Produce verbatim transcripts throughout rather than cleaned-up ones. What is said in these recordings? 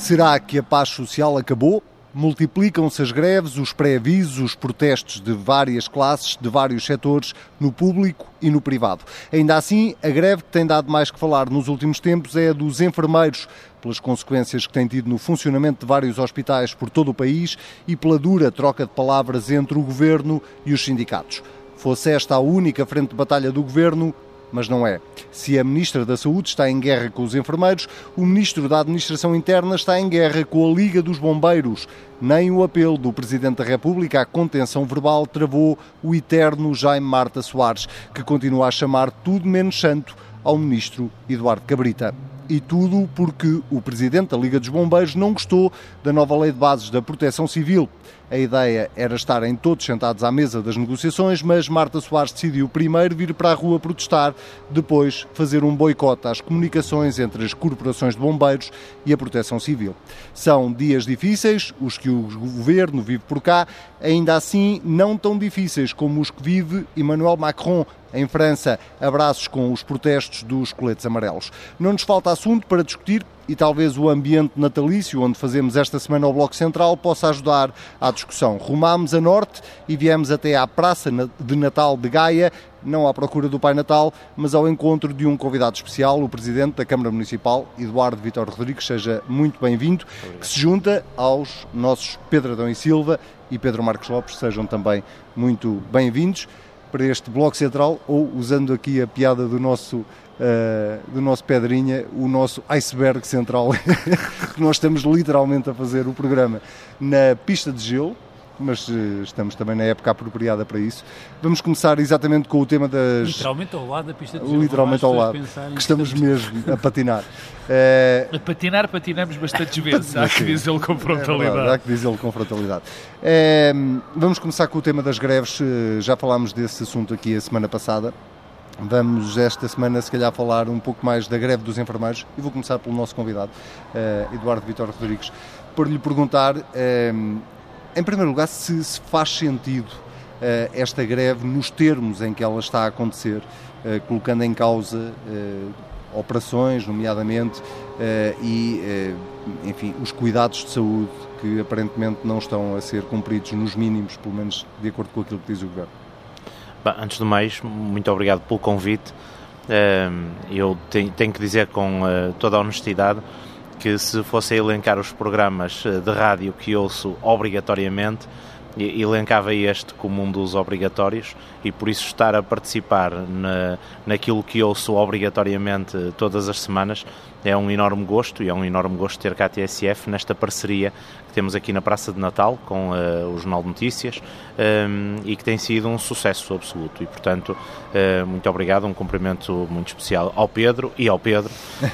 Será que a paz social acabou? Multiplicam-se as greves, os pré-avisos, os protestos de várias classes, de vários setores, no público e no privado. Ainda assim, a greve que tem dado mais que falar nos últimos tempos é a dos enfermeiros, pelas consequências que tem tido no funcionamento de vários hospitais por todo o país e pela dura troca de palavras entre o Governo e os sindicatos. Fosse esta a única frente de batalha do Governo, mas não é. Se a Ministra da Saúde está em guerra com os enfermeiros, o Ministro da Administração Interna está em guerra com a Liga dos Bombeiros. Nem o apelo do Presidente da República à contenção verbal travou o eterno Jaime Marta Soares, que continua a chamar tudo menos santo ao Ministro Eduardo Cabrita. E tudo porque o Presidente da Liga dos Bombeiros não gostou da nova Lei de Bases da Proteção Civil. A ideia era estarem todos sentados à mesa das negociações, mas Marta Soares decidiu primeiro vir para a rua protestar, depois fazer um boicote às comunicações entre as corporações de bombeiros e a Proteção Civil. São dias difíceis, os que o Governo vive por cá, ainda assim não tão difíceis como os que vive Emmanuel Macron em França. Abraços com os protestos dos coletes amarelos. Não nos falta assunto para discutir e talvez o ambiente natalício, onde fazemos esta semana o Bloco Central, possa ajudar à discussão. Rumámos a norte e viemos até à Praça de Natal de Gaia, não à procura do Pai Natal, mas ao encontro de um convidado especial, o Presidente da Câmara Municipal, Eduardo Vítor Rodrigues. Seja muito bem-vindo, que se junta aos nossos Pedro Adão e Silva e Pedro Marcos Lopes. Sejam também muito bem-vindos para este Bloco Central, ou, usando aqui a piada do nosso, uh, do nosso Pedrinha, o nosso iceberg central, que nós estamos literalmente a fazer o programa na pista de gelo, mas uh, estamos também na época apropriada para isso. Vamos começar exatamente com o tema das... Literalmente ao lado da pista de gelo. Literalmente ao lado, que estamos mesmo a patinar. Uh, a patinar, patinamos bastantes vezes, há que dizê-lo com frontalidade. É verdade, há que dizê-lo com frontalidade. Uh, vamos começar com o tema das greves, uh, já falámos desse assunto aqui a semana passada. Vamos esta semana, se calhar, falar um pouco mais da greve dos enfermeiros e vou começar pelo nosso convidado, uh, Eduardo Vítor Rodrigues, por lhe perguntar, uh, em primeiro lugar, se, se faz sentido uh, esta greve nos termos em que ela está a acontecer, uh, colocando em causa uh, operações, nomeadamente, uh, e, uh, enfim, os cuidados de saúde que aparentemente não estão a ser cumpridos nos mínimos, pelo menos de acordo com aquilo que diz o Governo. Bem, antes de mais, muito obrigado pelo convite. Uh, eu tenho, tenho que dizer com uh, toda a honestidade que se fosse a elencar os programas de rádio que ouço obrigatoriamente, elencava este como um dos obrigatórios, e por isso estar a participar na, naquilo que ouço obrigatoriamente todas as semanas é um enorme gosto, e é um enorme gosto ter cá a T S F nesta parceria que temos aqui na Praça de Natal com uh, o Jornal de Notícias, um, e que tem sido um sucesso absoluto, e portanto uh, muito obrigado, um cumprimento muito especial ao Pedro e ao Pedro,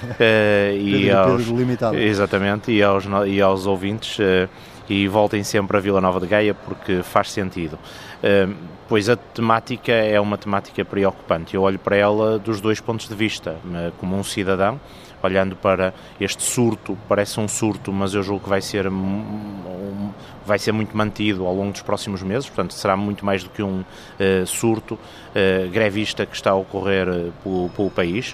uh, e Pedro, aos, Pedro limitado. Exatamente, e aos, e aos ouvintes, uh, e voltem sempre a Vila Nova de Gaia, porque faz sentido. Uh, pois a temática é uma temática preocupante. Eu olho para ela dos dois pontos de vista, uh, como um cidadão, olhando para este surto, parece um surto, mas eu julgo que vai ser, um, vai ser muito mantido ao longo dos próximos meses, portanto será muito mais do que um uh, surto uh, grevista que está a ocorrer uh, pelo, pelo país.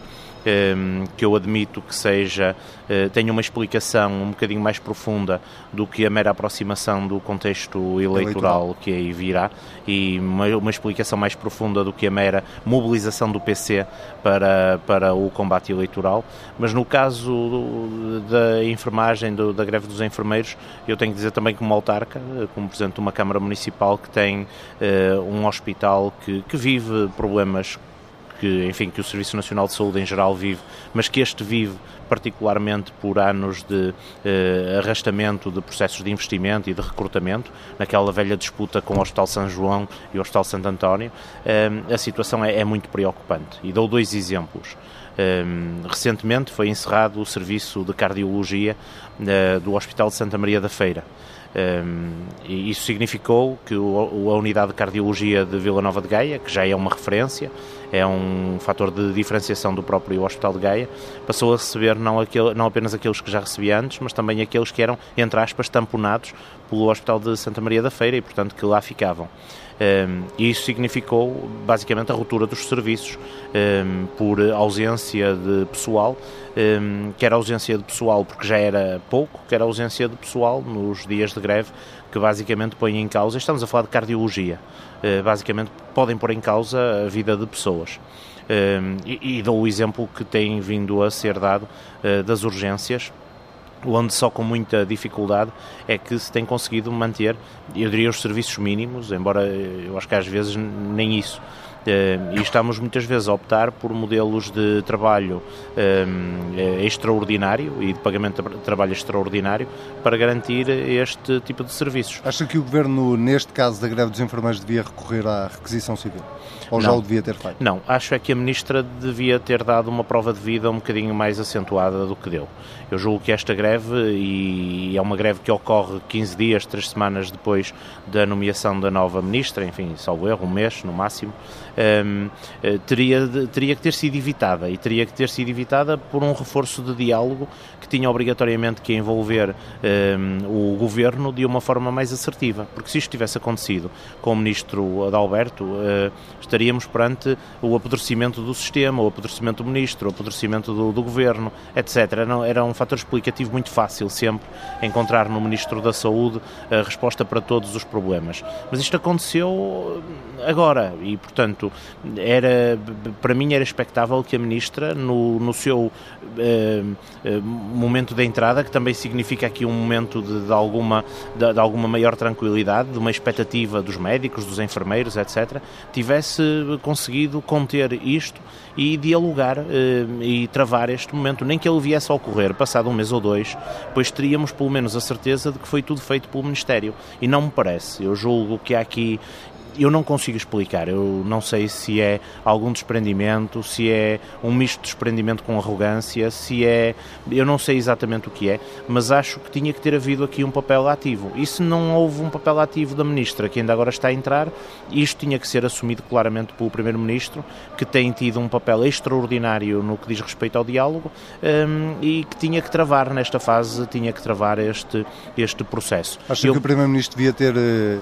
Que eu admito que seja, tenha uma explicação um bocadinho mais profunda do que a mera aproximação do contexto eleitoral, eleitoral. que aí virá, e uma, uma explicação mais profunda do que a mera mobilização do P C para, para o combate eleitoral. Mas no caso do, da enfermagem, do, da greve dos enfermeiros, eu tenho que dizer também como autarca, como presidente de uma Câmara Municipal que tem uh, um hospital que, que vive problemas que, enfim, que o Serviço Nacional de Saúde em geral vive, mas que este vive particularmente por anos de eh, arrastamento de processos de investimento e de recrutamento, naquela velha disputa com o Hospital São João e o Hospital Santo António. Eh, a situação é, é muito preocupante, e dou dois exemplos. Eh, recentemente foi encerrado o serviço de cardiologia eh, do Hospital de Santa Maria da Feira. Um, e isso significou que o, a unidade de cardiologia de Vila Nova de Gaia, que já é uma referência, é um fator de diferenciação do próprio Hospital de Gaia, passou a receber não, aquele, não apenas aqueles que já recebia antes, mas também aqueles que eram, entre aspas, tamponados pelo Hospital de Santa Maria da Feira, e portanto que lá ficavam. Um, e isso significou basicamente a ruptura dos serviços um, por ausência de pessoal, um, quer a ausência de pessoal, porque já era pouco, quer a ausência de pessoal nos dias de greve, que basicamente põe em causa, estamos a falar de cardiologia, uh, basicamente podem pôr em causa a vida de pessoas. Um, e, e dou o exemplo que tem vindo a ser dado uh, das urgências, onde só com muita dificuldade é que se tem conseguido manter, eu diria, os serviços mínimos, embora eu acho que às vezes nem isso. Uh, e estamos muitas vezes a optar por modelos de trabalho um, extraordinário e de pagamento de trabalho extraordinário para garantir este tipo de serviços. Acha que o Governo, neste caso da greve dos enfermeiros, devia recorrer à requisição civil? Ou já não, o devia ter feito? Não, acho é que a Ministra devia ter dado uma prova de vida um bocadinho mais acentuada do que deu. Eu julgo que esta greve, e é uma greve que ocorre quinze dias, três semanas depois da nomeação da nova Ministra, enfim, salvo erro, um mês no máximo, um, teria, teria que ter sido evitada, e teria que ter sido evitada por um reforço de diálogo que tinha obrigatoriamente que envolver um, o Governo de uma forma mais assertiva, porque se isto tivesse acontecido com o Ministro Adalberto, uh, estaríamos perante o apodrecimento do sistema, o apodrecimento do Ministro, o apodrecimento do, do Governo, etcétera. Não, era um fator explicativo muito fácil sempre encontrar no Ministro da Saúde a resposta para todos os problemas. Mas isto aconteceu agora e, portanto, era, para mim era expectável que a Ministra, no, no seu eh, eh, momento de entrada, que também significa aqui um momento de, de, alguma, de, de alguma maior tranquilidade, de uma expectativa dos médicos, dos enfermeiros, etcétera, tivesse conseguido conter isto e dialogar eh, e travar este momento, nem que ele viesse a ocorrer passado um mês ou dois, pois teríamos pelo menos a certeza de que foi tudo feito pelo Ministério, e não me parece. Eu julgo que há aqui, eu não consigo explicar, eu não sei se é algum desprendimento, se é um misto de desprendimento com arrogância, se é, eu não sei exatamente o que é, mas acho que tinha que ter havido aqui um papel ativo, e se não houve um papel ativo da Ministra, que ainda agora está a entrar, isto tinha que ser assumido claramente pelo Primeiro-Ministro, que tem tido um papel extraordinário no que diz respeito ao diálogo, um, e que tinha que travar nesta fase, tinha que travar este, este processo. Acha eu... que o Primeiro-Ministro devia ter uh,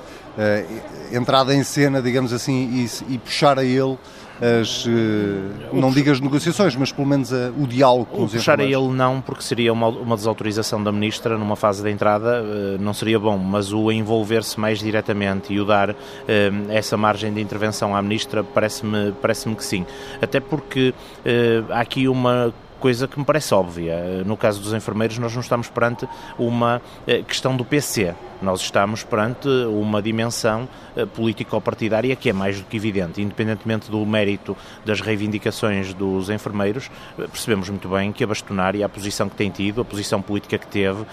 uh, entrado em cena, digamos assim, e, e puxar a ele as, uh, não digo as negociações, mas pelo menos uh, o diálogo com os puxar enfermeiros? A ele não, porque seria uma, uma desautorização da Ministra numa fase de entrada, uh, não seria bom, mas o envolver-se mais diretamente e o dar uh, essa margem de intervenção à Ministra parece-me, parece-me que sim. Até porque uh, há aqui uma coisa que me parece óbvia. No caso dos enfermeiros, nós não estamos perante uma questão do P C. Nós estamos perante uma dimensão político-partidária que é mais do que evidente. Independentemente do mérito das reivindicações dos enfermeiros, percebemos muito bem que a bastonária, a posição que tem tido, a posição política que teve,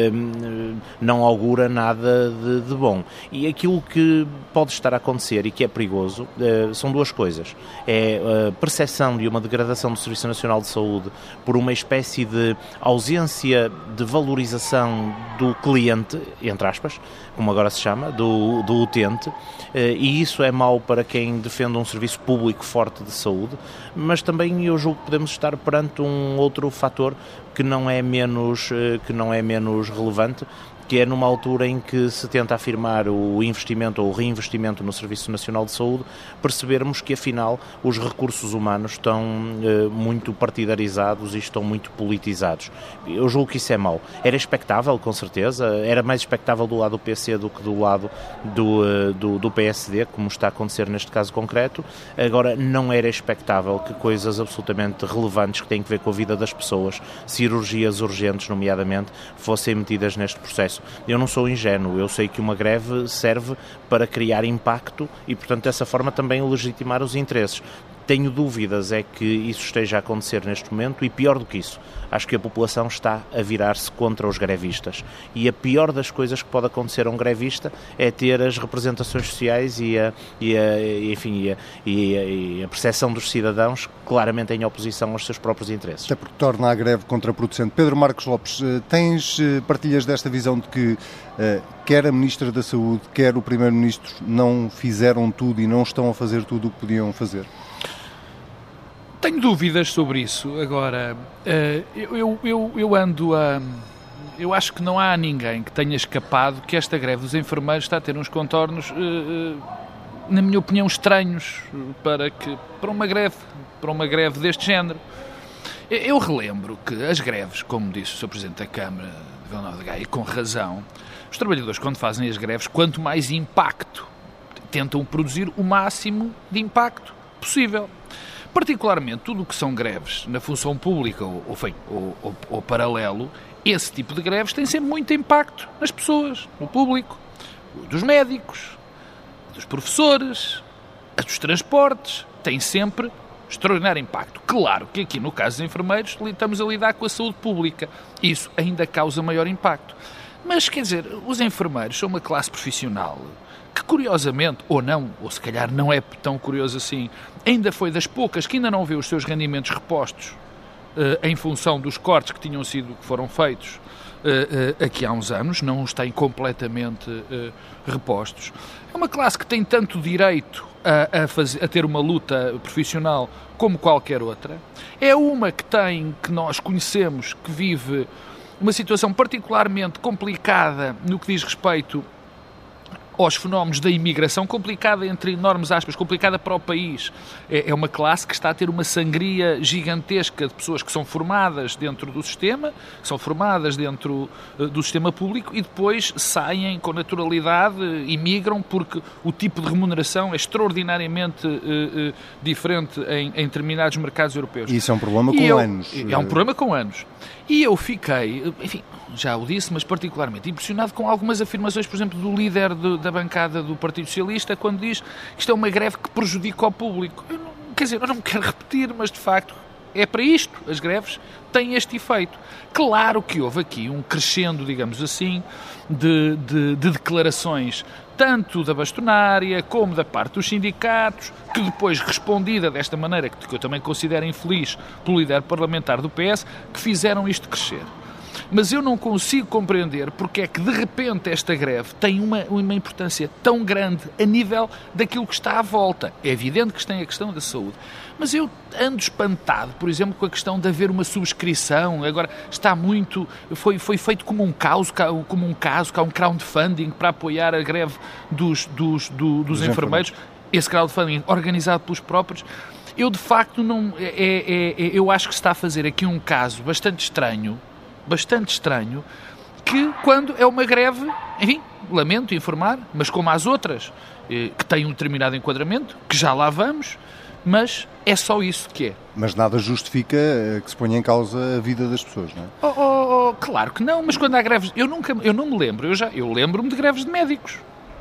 não augura nada de, de bom. E aquilo que pode estar a acontecer e que é perigoso são duas coisas. É a percepção de uma degradação do Serviço Nacional de Saúde por uma espécie de ausência de valorização do cliente, entre aspas, como agora se chama, do, do utente, e isso é mau para quem defende um serviço público forte de saúde, mas também eu julgo que podemos estar perante um outro fator que não é menos, que não é menos relevante, que é numa altura em que se tenta afirmar o investimento ou o reinvestimento no Serviço Nacional de Saúde, percebermos que afinal os recursos humanos estão eh, muito partidarizados e estão muito politizados. Eu julgo que isso é mau. Era expectável, com certeza, era mais expectável do lado do P C do que do lado do, do, do P S D, como está a acontecer neste caso concreto. Agora, não era expectável que coisas absolutamente relevantes que têm a ver com a vida das pessoas, cirurgias urgentes, nomeadamente, fossem metidas neste processo. Eu não sou ingênuo, eu sei que uma greve serve para criar impacto e, portanto, dessa forma também legitimar os interesses. Tenho dúvidas é que isso esteja a acontecer neste momento e, pior do que isso, acho que a população está a virar-se contra os grevistas. E a pior das coisas que pode acontecer a um grevista é ter as representações sociais e a, e a, enfim, e a, e a, e a percepção dos cidadãos claramente em oposição aos seus próprios interesses. Até porque torna a greve contraproducente. Pedro Marcos Lopes, tens partilhas desta visão de que quer a Ministra da Saúde, quer o Primeiro-Ministro não fizeram tudo e não estão a fazer tudo o que podiam fazer? Tenho dúvidas sobre isso. Agora, eu, eu, eu ando a... Eu acho que não há ninguém que tenha escapado que esta greve dos enfermeiros está a ter uns contornos, na minha opinião, estranhos para, que, para, uma greve, para uma greve deste género. Eu relembro que as greves, como disse o senhor Presidente da Câmara de Vila Nova de Gaia, e com razão, os trabalhadores, quando fazem as greves, quanto mais impacto, tentam produzir o máximo de impacto possível. Particularmente, tudo o que são greves na função pública ou, ou, ou, ou, ou paralelo, esse tipo de greves tem sempre muito impacto nas pessoas, no público, dos médicos, dos professores, dos transportes, tem sempre extraordinário impacto. Claro que aqui, no caso dos enfermeiros, estamos a lidar com a saúde pública. Isso ainda causa maior impacto. Mas, quer dizer, os enfermeiros são uma classe profissional que, curiosamente, ou não, ou se calhar não é tão curioso assim, ainda foi das poucas que ainda não vê os seus rendimentos repostos uh, em função dos cortes que tinham sido, que foram feitos uh, uh, aqui há uns anos, não os têm completamente uh, repostos. É uma classe que tem tanto direito a, a, fazer, a ter uma luta profissional como qualquer outra. É uma que tem, que nós conhecemos, que vive uma situação particularmente complicada no que diz respeito aos fenómenos da imigração, complicada entre enormes aspas, complicada para o país. É, é uma classe que está a ter uma sangria gigantesca de pessoas que são formadas dentro do sistema, que são formadas dentro uh, do sistema público e depois saem com naturalidade, imigram, porque o tipo de remuneração é extraordinariamente uh, uh, diferente em, em determinados mercados europeus. Isso é um problema com eu, anos. É um problema com anos. E eu fiquei, enfim, já o disse, mas particularmente impressionado com algumas afirmações, por exemplo, do líder de, da bancada do Partido Socialista, quando diz que isto é uma greve que prejudica o público. Eu não, quer dizer, eu não me quero repetir, mas de facto é para isto. As greves têm este efeito. Claro que houve aqui um crescendo, digamos assim, de, de, de declarações, tanto da bastonária como da parte dos sindicatos, que depois, respondida desta maneira, que eu também considero infeliz pelo líder parlamentar do P S, que fizeram isto crescer. Mas eu não consigo compreender porque é que, de repente, esta greve tem uma, uma importância tão grande a nível daquilo que está à volta. É evidente que tem a questão da saúde. Mas eu ando espantado, por exemplo, com a questão de haver uma subscrição. Agora está muito... Foi, foi feito como um caso, como um caso, que há um crowdfunding para apoiar a greve dos, dos, do, dos, dos enfermeiros. enfermeiros. Esse crowdfunding organizado pelos próprios. Eu, de facto, não... É, é, é, eu acho que se está a fazer aqui um caso bastante estranho, bastante estranho, que quando é uma greve, enfim, lamento informar, mas como as outras, que têm um determinado enquadramento, que já lá vamos, mas é só isso que é. Mas nada justifica que se ponha em causa a vida das pessoas, não é? Oh, oh, oh, claro que não, mas quando há greves, eu nunca, eu não me lembro, eu já, eu lembro-me de greves de médicos.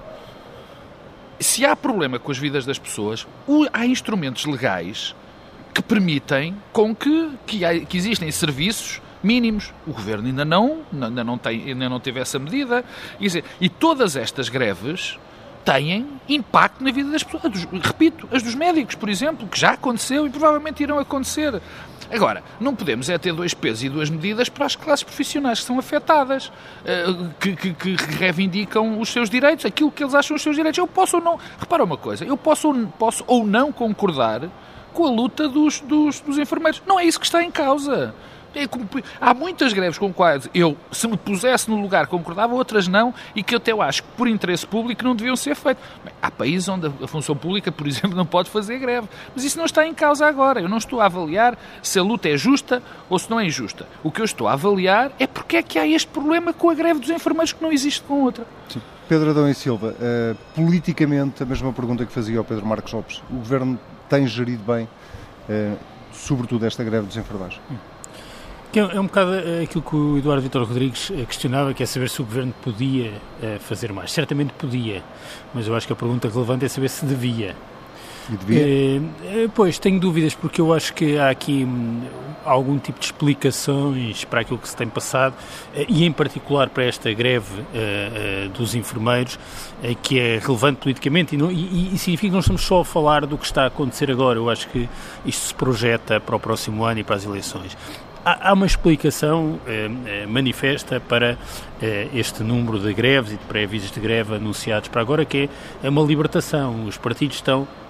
Se há problema com as vidas das pessoas, há instrumentos legais que permitem com que, que, há, que existem serviços mínimos. O Governo ainda não, ainda não, tem, ainda não teve essa medida. Quer dizer, e todas estas greves têm impacto na vida das pessoas. Dos, repito, as dos médicos, por exemplo, que já aconteceu e provavelmente irão acontecer. Agora, não podemos é ter dois pesos e duas medidas para as classes profissionais que são afetadas, que, que, que reivindicam os seus direitos, aquilo que eles acham os seus direitos. Eu posso ou não... Repara uma coisa, eu posso, posso ou não concordar com a luta dos, dos, dos enfermeiros. Não é isso que está em causa. É como, há muitas greves com quais eu, se me pusesse no lugar, concordava, outras não, e que eu até eu acho que por interesse público não deviam ser feitas. Bem, há países onde a função pública, por exemplo, não pode fazer greve. Mas isso não está em causa agora. Eu não estou a avaliar se a luta é justa ou se não é injusta. O que eu estou a avaliar é porque é que há este problema com a greve dos enfermeiros que não existe com outra. Sim. Pedro Adão e Silva, uh, politicamente, a mesma pergunta que fazia ao Pedro Marcos Lopes. O Governo tem gerido bem, uh, sobretudo, esta greve dos enfermeiros? Hum. É um bocado aquilo que o Eduardo Vítor Rodrigues questionava, que é saber se o Governo podia fazer mais. Certamente podia, mas eu acho que a pergunta relevante é saber se devia. E devia? É, pois, tenho dúvidas, porque eu acho que há aqui algum tipo de explicações para aquilo que se tem passado, e em particular para esta greve uh, uh, dos enfermeiros, uh, que é relevante politicamente, e, não, e, e significa que não estamos só a falar do que está a acontecer agora. Eu acho que isto se projeta para o próximo ano e para as eleições. Há uma explicação eh, eh, manifesta para eh, este número de greves e de pré-avisos de greve anunciados para agora, que é uma libertação. Os partidos estão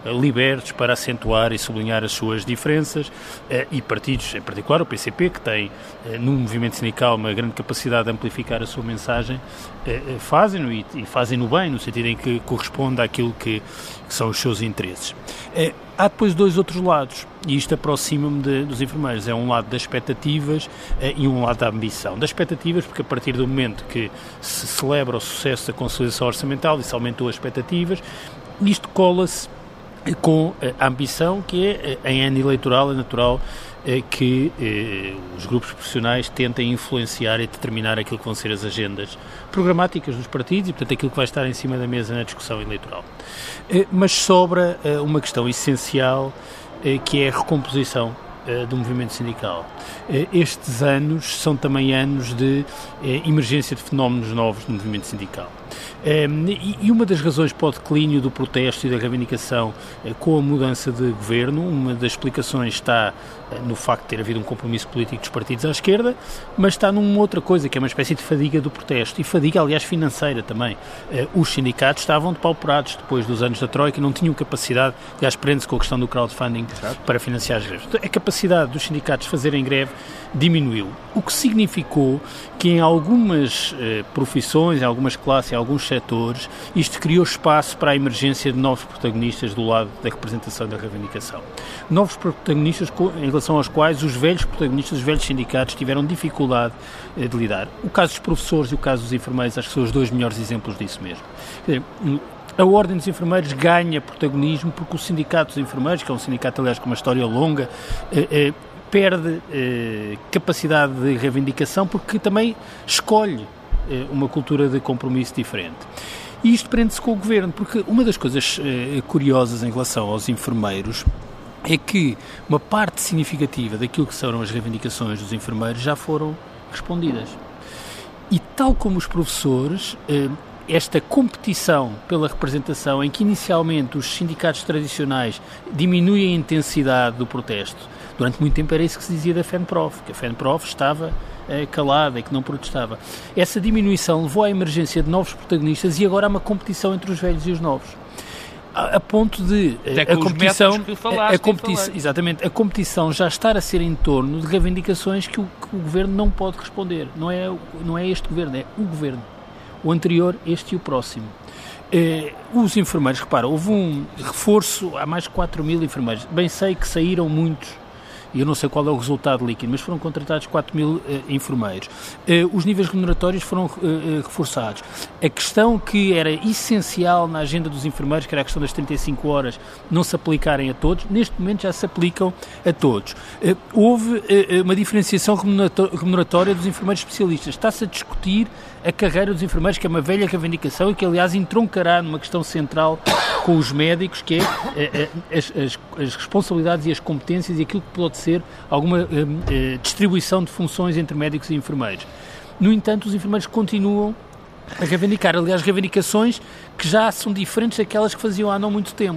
libertos para acentuar e sublinhar as suas diferenças, e partidos, em particular o P C P, que tem no movimento sindical uma grande capacidade de amplificar a sua mensagem, fazem-no e, e fazem-no bem, no sentido em que corresponde àquilo que, que são os seus interesses. Há depois dois outros lados, e isto aproxima-me de, dos enfermeiros. É um lado das expectativas eh, e um lado da ambição. Das expectativas, porque a partir do momento que se celebra o sucesso da consolidação orçamental, isso aumentou as expectativas, isto cola-se com a ambição, que é, em ano eleitoral, é natural eh, que eh, os grupos profissionais tentem influenciar e determinar aquilo que vão ser as agendas programáticas dos partidos e, portanto, aquilo que vai estar em cima da mesa na discussão eleitoral. Eh, mas sobra eh, uma questão essencial, eh, que é a recomposição eh, do movimento sindical. Eh, estes anos são também anos de eh, emergência de fenómenos novos no movimento sindical. Um, e, e uma das razões para o declínio do protesto e da reivindicação uh, com a mudança de governo, uma das explicações está uh, no facto de ter havido um compromisso político dos partidos à esquerda, mas está numa outra coisa, que é uma espécie de fadiga do protesto, e fadiga, aliás, financeira também. Uh, os sindicatos estavam depauperados depois dos anos da Troika e não tinham capacidade, aliás, prende-se com a questão do crowdfunding, Exato. Para financiar as greves. A capacidade dos sindicatos de fazerem greve diminuiu, o que significou que em algumas uh, profissões, em algumas classes, em alguns setores, isto criou espaço para a emergência de novos protagonistas do lado da representação e da reivindicação. Novos protagonistas em relação aos quais os velhos protagonistas, os velhos sindicatos, tiveram dificuldade uh, de lidar. O caso dos professores e o caso dos enfermeiros, acho que são os dois melhores exemplos disso mesmo. Quer dizer, a Ordem dos Enfermeiros ganha protagonismo porque o Sindicato dos Enfermeiros, que é um sindicato, aliás, com uma história longa, uh, uh, perde eh, capacidade de reivindicação porque também escolhe eh, uma cultura de compromisso diferente. E isto prende-se com o Governo, porque uma das coisas eh, curiosas em relação aos enfermeiros é que uma parte significativa daquilo que são as reivindicações dos enfermeiros já foram respondidas. E tal como os professores, eh, esta competição pela representação, em que inicialmente os sindicatos tradicionais diminuem a intensidade do protesto, durante muito tempo era isso que se dizia da FENPROF, que a FENPROF estava eh, calada e que não protestava. Essa diminuição levou à emergência de novos protagonistas e agora há uma competição entre os velhos e os novos. A, a ponto de eh, a competição, a, a competição exatamente, a competição já estar a ser em torno de reivindicações que o, que o Governo não pode responder. Não é, não é este Governo, é o Governo. O anterior, este e o próximo. Eh, os enfermeiros, repara, houve um reforço, há mais de quatro mil enfermeiros. Bem sei que saíram muitos, e eu não sei qual é o resultado líquido, mas foram contratados quatro mil uh, enfermeiros. Uh, os níveis remuneratórios foram uh, uh, reforçados. A questão que era essencial na agenda dos enfermeiros, que era a questão das trinta e cinco horas, não se aplicarem a todos, neste momento já se aplicam a todos. Uh, houve uh, uma diferenciação remuneratória dos enfermeiros especialistas. Está-se a discutir a carreira dos enfermeiros, que é uma velha reivindicação e que, aliás, entroncará numa questão central com os médicos, que é uh, uh, as, as, as responsabilidades e as competências e aquilo que pode ser alguma uh, uh, distribuição de funções entre médicos e enfermeiros. No entanto, os enfermeiros continuam a reivindicar, aliás, reivindicações que já são diferentes daquelas que faziam há não muito tempo.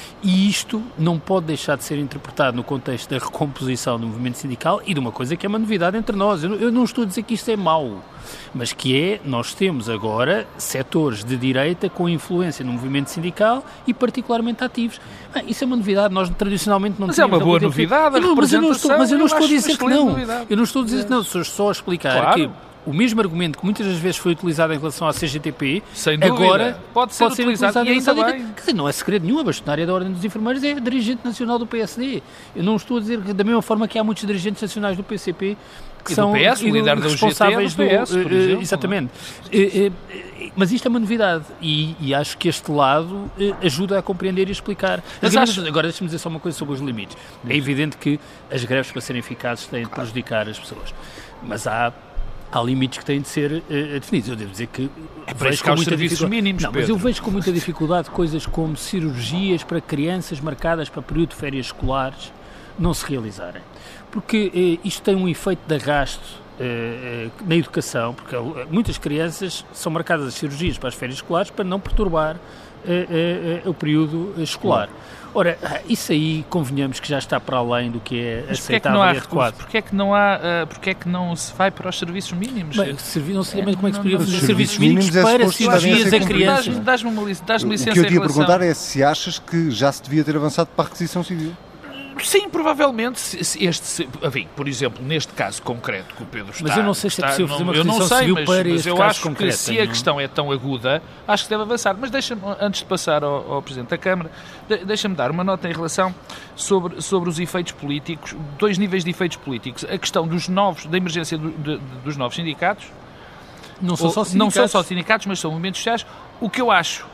E isto não pode deixar de ser interpretado no contexto da recomposição do movimento sindical e de uma coisa que é uma novidade entre nós. Eu não estou a dizer que isto é mau, mas que é, nós temos agora setores de direita com influência no movimento sindical e particularmente ativos. Bem, isso é uma novidade, nós tradicionalmente não mas tínhamos... Mas é uma boa novidade, a não, mas eu não estou, mas eu não eu estou a dizer que não. Novidade. Eu não estou a dizer que não, estou só a explicar claro. que o mesmo argumento que muitas das vezes foi utilizado em relação à C G T P, sem dúvida, agora pode ser, pode ser utilizado, utilizado e ainda bem. Quer dizer, não é segredo nenhum, a bastonária da Ordem dos Enfermeiros é dirigente nacional do P S D. Eu não estou a dizer que, da mesma forma que há muitos dirigentes nacionais do P C P que e são do P S, e do, líder responsáveis do, G T, do P S, do, por exemplo, exatamente. É? Mas isto é uma novidade e, e acho que este lado ajuda a compreender e explicar. Mas acho... Agora, deixa-me dizer só uma coisa sobre os limites. É evidente que as greves, para serem eficazes, têm de prejudicar as pessoas. Mas há... Há limites que têm de ser uh, definidos. Eu devo dizer que é para vejo com muita dificuldade. Mínimos, não, mas eu vejo com muita dificuldade coisas como cirurgias para crianças marcadas para período de férias escolares não se realizarem. Porque uh, isto tem um efeito de arrasto uh, uh, na educação, porque uh, muitas crianças são marcadas as cirurgias para as férias escolares para não perturbar uh, uh, uh, o período escolar. Ora, isso aí, convenhamos que já está para além do que é Mas aceitável e adequado. Porquê é que não há, uh, porquê é que não se vai para os serviços mínimos? Bem, servi, não sei é, como é que se poderia fazer não, serviços mínimos, mínimos mínimos para cirurgias a criança. Dás-me, dás-me uma licença, dás-me licença o que eu te ia relação... perguntar é se achas que já se devia ter avançado para a requisição civil. Sim, provavelmente, este, enfim, por exemplo, neste caso concreto que o Pedro está... Mas eu não sei se é possível fazer uma requisição civil para mas, este mas eu caso acho concreto. que se a questão é tão aguda, acho que deve avançar. Mas deixa-me, antes de passar ao, ao Presidente da Câmara, deixa-me dar uma nota em relação sobre, sobre os efeitos políticos, dois níveis de efeitos políticos. A questão dos novos, da emergência do, de, dos novos sindicatos. Não são, só sindicatos. Não são só sindicatos, mas são movimentos sociais. O que eu acho...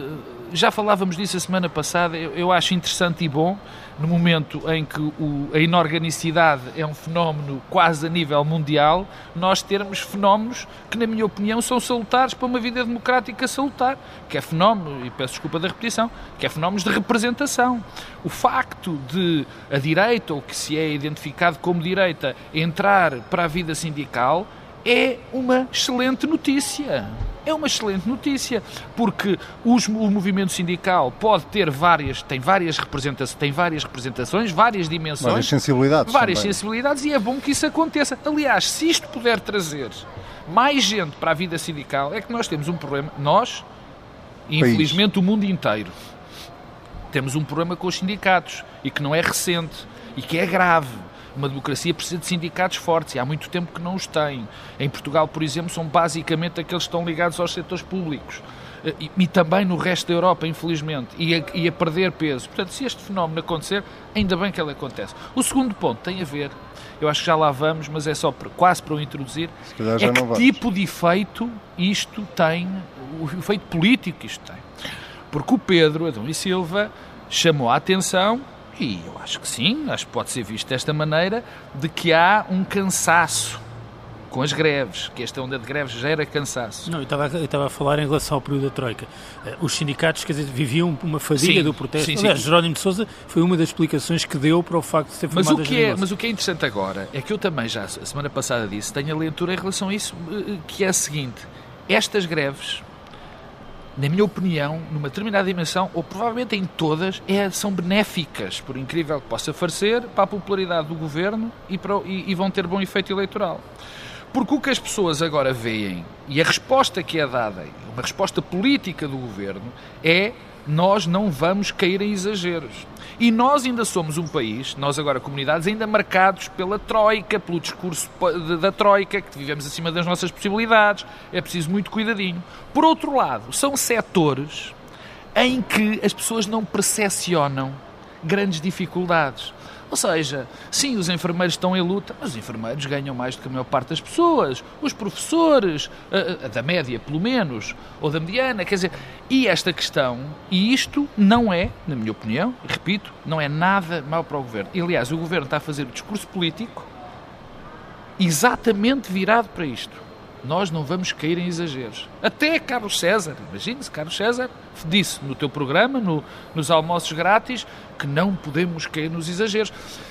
Já falávamos disso a semana passada, eu, eu acho interessante e bom, no momento em que o, a inorganicidade é um fenómeno quase a nível mundial, nós termos fenómenos que, na minha opinião, são salutares para uma vida democrática salutar, que é fenómeno, e peço desculpa da repetição, que é fenómenos de representação. O facto de a direita, ou que se é identificado como direita, entrar para a vida sindical é uma excelente notícia. É uma excelente notícia, porque os, o movimento sindical pode ter várias, tem várias representações, tem várias representações, várias dimensões, várias sensibilidades, várias também. sensibilidades, e é bom que isso aconteça. Aliás, se isto puder trazer mais gente para a vida sindical, é que nós temos um problema, nós, e infelizmente País. o mundo inteiro, temos um problema com os sindicatos, e que não é recente, e que é grave. Uma democracia precisa de sindicatos fortes e há muito tempo que não os tem. Em Portugal, por exemplo, são basicamente aqueles que estão ligados aos setores públicos. E, e também no resto da Europa, infelizmente, e a, e a perder peso. Portanto, se este fenómeno acontecer, ainda bem que ele acontece. O segundo ponto tem a ver, eu acho que já lá vamos, mas é só para, quase para o introduzir, é que tipo de efeito isto tem, o efeito político que isto tem. Porque o Pedro Adão e Silva chamou a atenção, e eu acho que sim, acho que pode ser visto desta maneira, de que há um cansaço com as greves, que esta onda de greves gera cansaço. Não, eu estava, eu estava a falar em relação ao período da Troika. Os sindicatos, quer dizer, viviam uma fadiga sim, do protesto. Sim, Aliás, sim. Jerónimo de Sousa foi uma das explicações que deu para o facto de ser formada mas o que é, Mas o que é interessante agora é que eu também já, a semana passada disse, tenho a leitura em relação a isso, que é a seguinte: estas greves, na minha opinião, numa determinada dimensão, ou provavelmente em todas, é, são benéficas, por incrível que possa parecer, para a popularidade do governo e, para, e, e vão ter bom efeito eleitoral. Porque o que as pessoas agora veem, e a resposta que é dada, uma resposta política do governo, é: nós não vamos cair em exageros. E nós ainda somos um país, nós agora comunidades, ainda marcados pela Troika, pelo discurso da Troika, que vivemos acima das nossas possibilidades, é preciso muito cuidadinho. Por outro lado, são setores em que as pessoas não percepcionam grandes dificuldades. Ou seja, sim, os enfermeiros estão em luta, mas os enfermeiros ganham mais do que a maior parte das pessoas, os professores, a, a da média pelo menos, ou da mediana, quer dizer, e esta questão, e isto não é, na minha opinião, e repito, não é nada mau para o governo. E, aliás, o governo está a fazer o discurso político exatamente virado para isto. Nós não vamos cair em exageros. Até Carlos César, imagine-se, Carlos César disse no teu programa, no, nos almoços grátis, que não podemos cair nos exageros.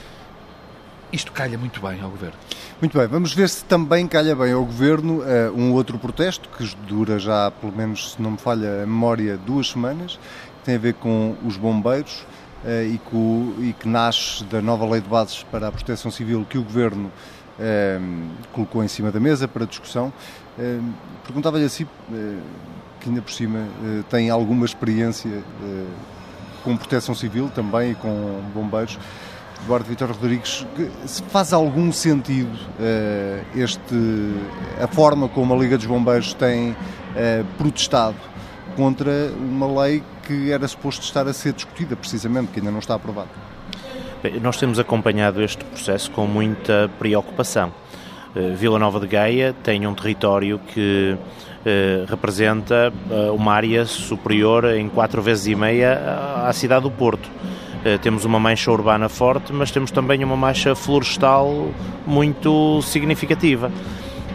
Isto calha muito bem ao Governo. Muito bem, vamos ver se também calha bem ao Governo uh, um outro protesto, que dura já, pelo menos, se não me falha a memória, duas semanas, que tem a ver com os bombeiros uh, e, com, e que nasce da nova lei de bases para a proteção civil que o Governo uh, colocou em cima da mesa para discussão. Uh, perguntava-lhe assim, uh, que ainda por cima uh, tem alguma experiência uh, com proteção civil também e com bombeiros. Eduardo Vítor Rodrigues, se faz algum sentido uh, este, a forma como a Liga dos Bombeiros tem uh, protestado contra uma lei que era suposto estar a ser discutida, precisamente, que ainda não está aprovada? Bem, nós temos acompanhado este processo com muita preocupação. Uh, Vila Nova de Gaia tem um território que uh, representa uh, uma área superior em quatro vezes e meia à cidade do Porto. Uh, temos uma mancha urbana forte, mas temos também uma mancha florestal muito significativa.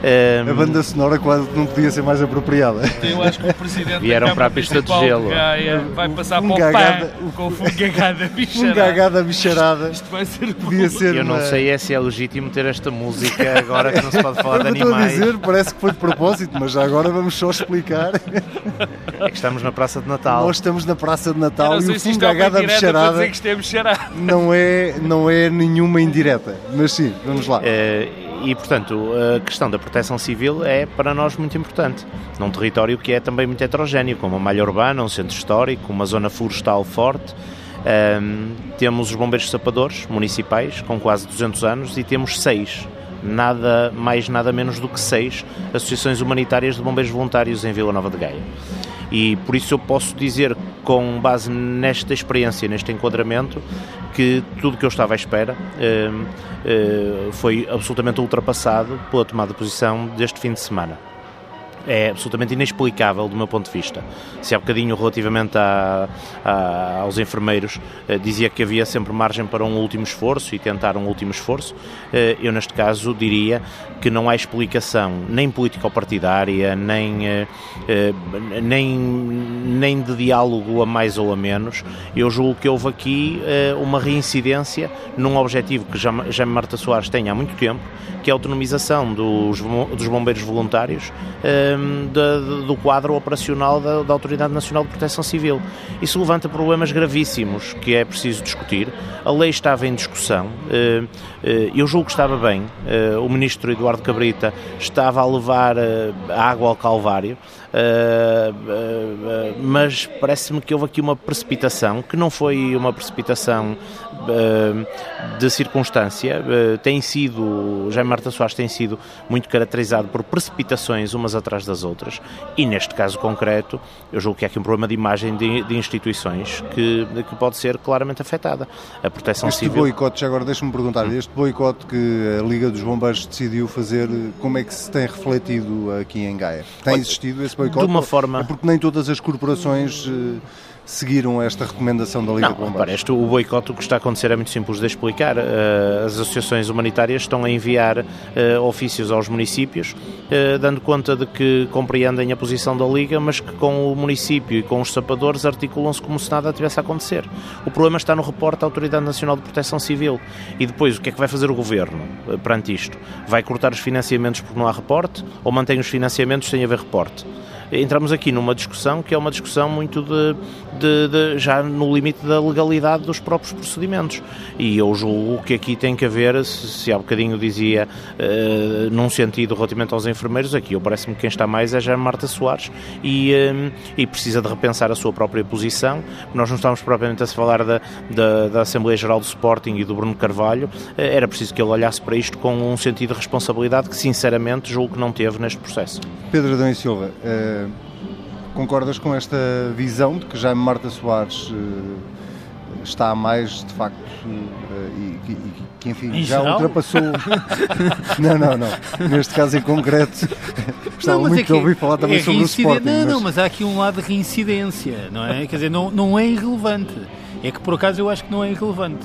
Um, a banda sonora quase não podia ser mais apropriada. Eu acho que o Presidente Vieram da para a Câmara pista de Municipal gelo. de Gaia vai passar Um para o gagada- pão com o fungagada bicharada. Um gagada bicharada. Isto vai ser Podia ser Eu não uma... sei é se é legítimo ter esta música agora que não se pode falar É o de que eu estou a animais. dizer, parece que foi de propósito, mas já agora vamos só explicar. É que estamos na Praça de Natal. Nós estamos na Praça de Eu Natal não e sei o se isto é uma fungagada indireta para bicharada dizer que isto é bicharada. não é, não é nenhuma indireta. Mas sim, vamos lá. Eh, E, portanto, a questão da proteção civil é para nós muito importante. Num território que é também muito heterogéneo, com uma malha urbana, um centro histórico, uma zona florestal forte. Um, temos os bombeiros sapadores municipais, com quase duzentos anos, e temos seis, nada mais, nada menos do que seis associações humanitárias de bombeiros voluntários em Vila Nova de Gaia. E por isso eu posso dizer, com base nesta experiência, neste enquadramento, que tudo o que eu estava à espera eh, eh, foi absolutamente ultrapassado pela tomada de posição deste fim de semana. É absolutamente inexplicável do meu ponto de vista. Se há bocadinho relativamente a, a, aos enfermeiros eh, dizia que havia sempre margem para um último esforço e tentar um último esforço, eh, eu neste caso diria que não há explicação nem político-partidária, nem, eh, eh, nem, nem de diálogo a mais ou a menos. Eu julgo que houve aqui eh, uma reincidência num objetivo que Jaime Marta Soares tem há muito tempo, que é a autonomização dos, dos bombeiros voluntários eh, de, do quadro operacional da, da Autoridade Nacional de Proteção Civil. Isso levanta problemas gravíssimos que é preciso discutir. A lei estava em discussão, eu julgo que estava bem, o ministro Eduardo Cabrita estava a levar a água ao Calvário, mas parece-me que houve aqui uma precipitação, que não foi uma precipitação de circunstância. Tem sido, Jaime Marta Soares tem sido muito caracterizado por precipitações umas atrás das outras, e neste caso concreto eu julgo que há aqui um problema de imagem de, de instituições que, que pode ser claramente afetada. A proteção este civil... boicote, já agora deixa-me perguntar, hum. este boicote que a Liga dos Bombeiros decidiu fazer, como é que se tem refletido aqui em Gaia? Tem existido esse boicote? De uma forma... É porque nem todas as corporações uh, seguiram esta recomendação da Liga Não, de Bombeiros. Para este, o boicote, o que está a acontecer é muito simples de explicar. Uh, as associações humanitárias estão a enviar uh, ofícios aos municípios, uh, dando conta de que compreendem a posição da Liga, mas que com o município e com os sapadores articulam-se como se nada tivesse a acontecer. O problema está no reporte da Autoridade Nacional de Proteção Civil. E depois, o que é que vai fazer o Governo uh, perante isto? Vai cortar os financiamentos porque não há reporte, ou mantém os financiamentos sem haver reporte? Entramos aqui numa discussão que é uma discussão muito de, de, de, já no limite da legalidade dos próprios procedimentos, e eu julgo que aqui tem que haver, se, se há bocadinho dizia uh, num sentido relativamente aos enfermeiros, aqui eu parece-me que quem está mais é Jaime Marta Soares e, um, e precisa de repensar a sua própria posição. Nós não estamos propriamente a se falar da, da, da Assembleia Geral do Sporting e do Bruno Carvalho, uh, era preciso que ele olhasse para isto com um sentido de responsabilidade que sinceramente julgo que não teve neste processo. Pedro Adão e Silva, uh... concordas com esta visão de que Jaime Marta Soares uh, está mais, de facto, uh, e, e que, enfim, em já geral? ultrapassou... não, não, não. Neste caso em concreto, gostava não, mas muito é que de ouvir falar também é sobre o Sporting. Não, mas... não, mas há aqui um lado de reincidência, não é? Quer dizer, não, não é irrelevante. É que, por acaso, eu acho que não é irrelevante.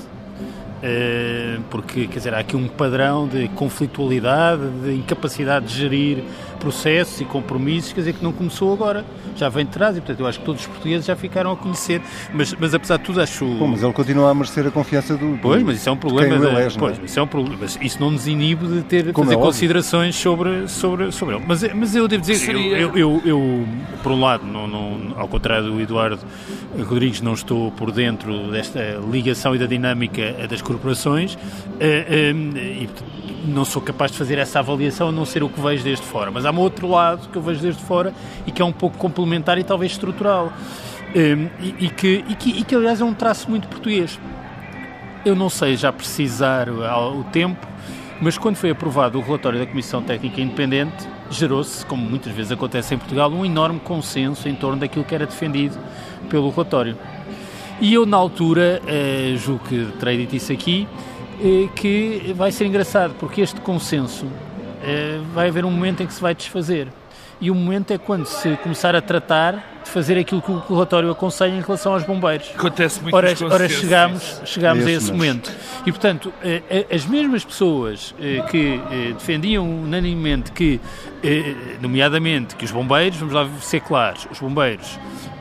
Uh, porque, quer dizer, há aqui um padrão de conflitualidade, de incapacidade de gerir processos e compromissos, quer dizer, que não começou agora, já vem de trás, e portanto eu acho que todos os portugueses já ficaram a conhecer, mas, mas apesar de tudo acho... Pô, mas ele continua a merecer a confiança do... do pois, mas isso é um problema, quem o de, elege, pois, não é? isso é um problema, mas isso não nos inibe de ter, Como fazer é considerações sobre, sobre, sobre ele, mas, mas eu devo dizer, eu, eu, eu, eu por um lado, não, não, ao contrário do Eduardo Rodrigues, não estou por dentro desta ligação e da dinâmica das corporações, uh, um, e não sou capaz de fazer essa avaliação a não ser o que vejo desde fora, mas há um outro lado que eu vejo desde fora e que é um pouco complementar e talvez estrutural, um, e, e, que, e, que, e que aliás é um traço muito português. Eu não sei já precisar o tempo, mas quando foi aprovado o relatório da Comissão Técnica Independente, gerou-se, como muitas vezes acontece em Portugal, um enorme consenso em torno daquilo que era defendido pelo relatório. E eu, na altura, eh, julgo que terei dito isso aqui, eh, que vai ser engraçado, porque este consenso eh, vai haver um momento em que se vai desfazer. e o momento é quando se começar a tratar de fazer aquilo que o relatório aconselha em relação aos bombeiros. Acontece muito. Ora, ora chegamos, chegamos Isso, a esse mas... momento. E, portanto, as mesmas pessoas que defendiam unanimemente que, nomeadamente, que os bombeiros, vamos lá ser claros, os bombeiros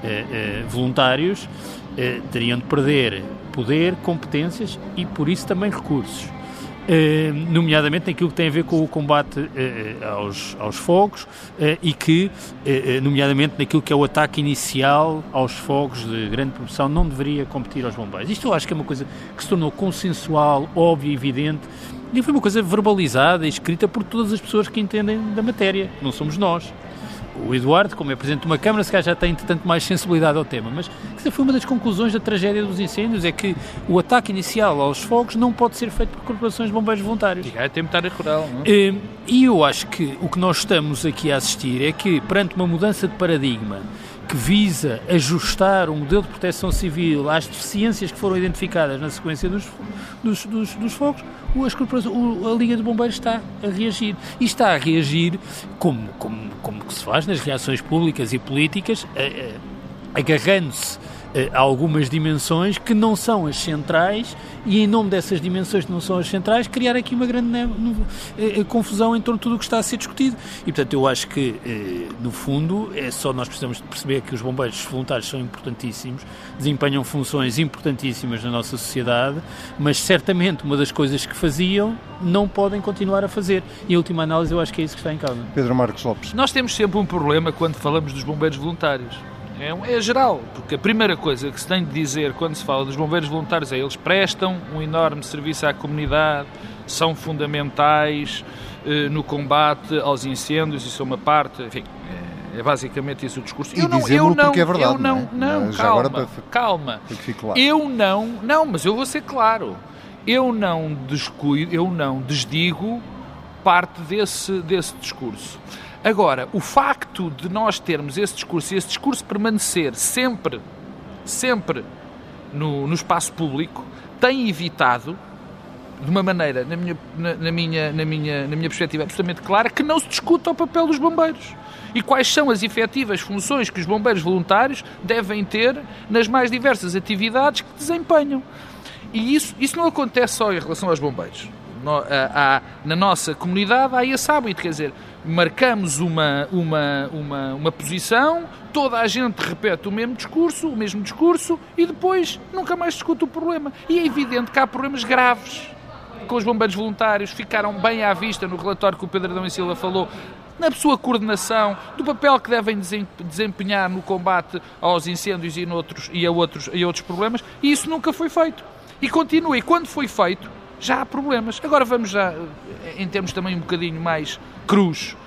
voluntários teriam de perder poder, competências e, por isso, também recursos. Uh, nomeadamente naquilo que tem a ver com o combate uh, aos, aos fogos uh, e que, uh, nomeadamente naquilo que é o ataque inicial aos fogos de grande produção, não deveria competir aos bombeiros. Isto eu acho que é uma coisa que se tornou consensual, óbvia, evidente, e foi uma coisa verbalizada e escrita por todas as pessoas que entendem da matéria, não somos nós. O Eduardo, como é Presidente de uma Câmara, se calhar já tem, entretanto, mais sensibilidade ao tema, mas essa foi uma das conclusões da tragédia dos incêndios, é que o ataque inicial aos fogos não pode ser feito por corporações de bombeiros voluntários. É tempo rural, não é? E eu acho que o que nós estamos aqui a assistir é que, perante uma mudança de paradigma que visa ajustar o modelo de proteção civil às deficiências que foram identificadas na sequência dos, dos, dos, dos fogos, as corporações, a Liga de Bombeiros está a reagir. E está a reagir como, como, como se faz nas reações públicas e políticas, agarrando-se a algumas dimensões que não são as centrais e, em nome dessas dimensões que não são as centrais, criar aqui uma grande confusão em torno de tudo o que está a ser discutido. E, portanto, eu acho que, no fundo, é só nós precisamos de perceber que os bombeiros voluntários são importantíssimos, desempenham funções importantíssimas na nossa sociedade, mas, certamente, uma das coisas que faziam não podem continuar a fazer. E, em última análise, eu acho que é isso que está em causa. Pedro Marcos Lopes. Nós temos sempre um problema quando falamos dos bombeiros voluntários. É, é geral, porque a primeira coisa que se tem de dizer quando se fala dos bombeiros voluntários é que eles prestam um enorme serviço à comunidade, são fundamentais eh, no combate aos incêndios e são uma parte, enfim, é, é basicamente isso o discurso. E dizemos-lo porque é verdade, eu não, não, não, é? calma, agora para... calma. Claro. Eu não, não, mas eu vou ser claro, eu não descuido, eu não desdigo parte desse, desse discurso. Agora, o facto de nós termos esse discurso e esse discurso permanecer sempre, sempre no, no espaço público, tem evitado, de uma maneira, na minha, na, na, minha, na, minha, na minha perspectiva absolutamente clara, que não se discuta o papel dos bombeiros. E quais são as efetivas funções que os bombeiros voluntários devem ter nas mais diversas atividades que desempenham. E isso, isso não acontece só em relação aos bombeiros. No, há, há, na nossa comunidade há esse hábito, quer dizer, marcamos uma, uma, uma, uma posição, toda a gente repete o mesmo discurso, o mesmo discurso e depois nunca mais discute o problema. E é evidente que há problemas graves com os bombeiros voluntários, ficaram bem à vista no relatório que o Pedro Adão e Silva falou, na sua coordenação, do papel que devem desempenhar no combate aos incêndios e, noutros, e, a outros, e a outros problemas, e isso nunca foi feito. E continua, e quando foi feito, já há problemas. Agora vamos já, em termos também um bocadinho mais crus,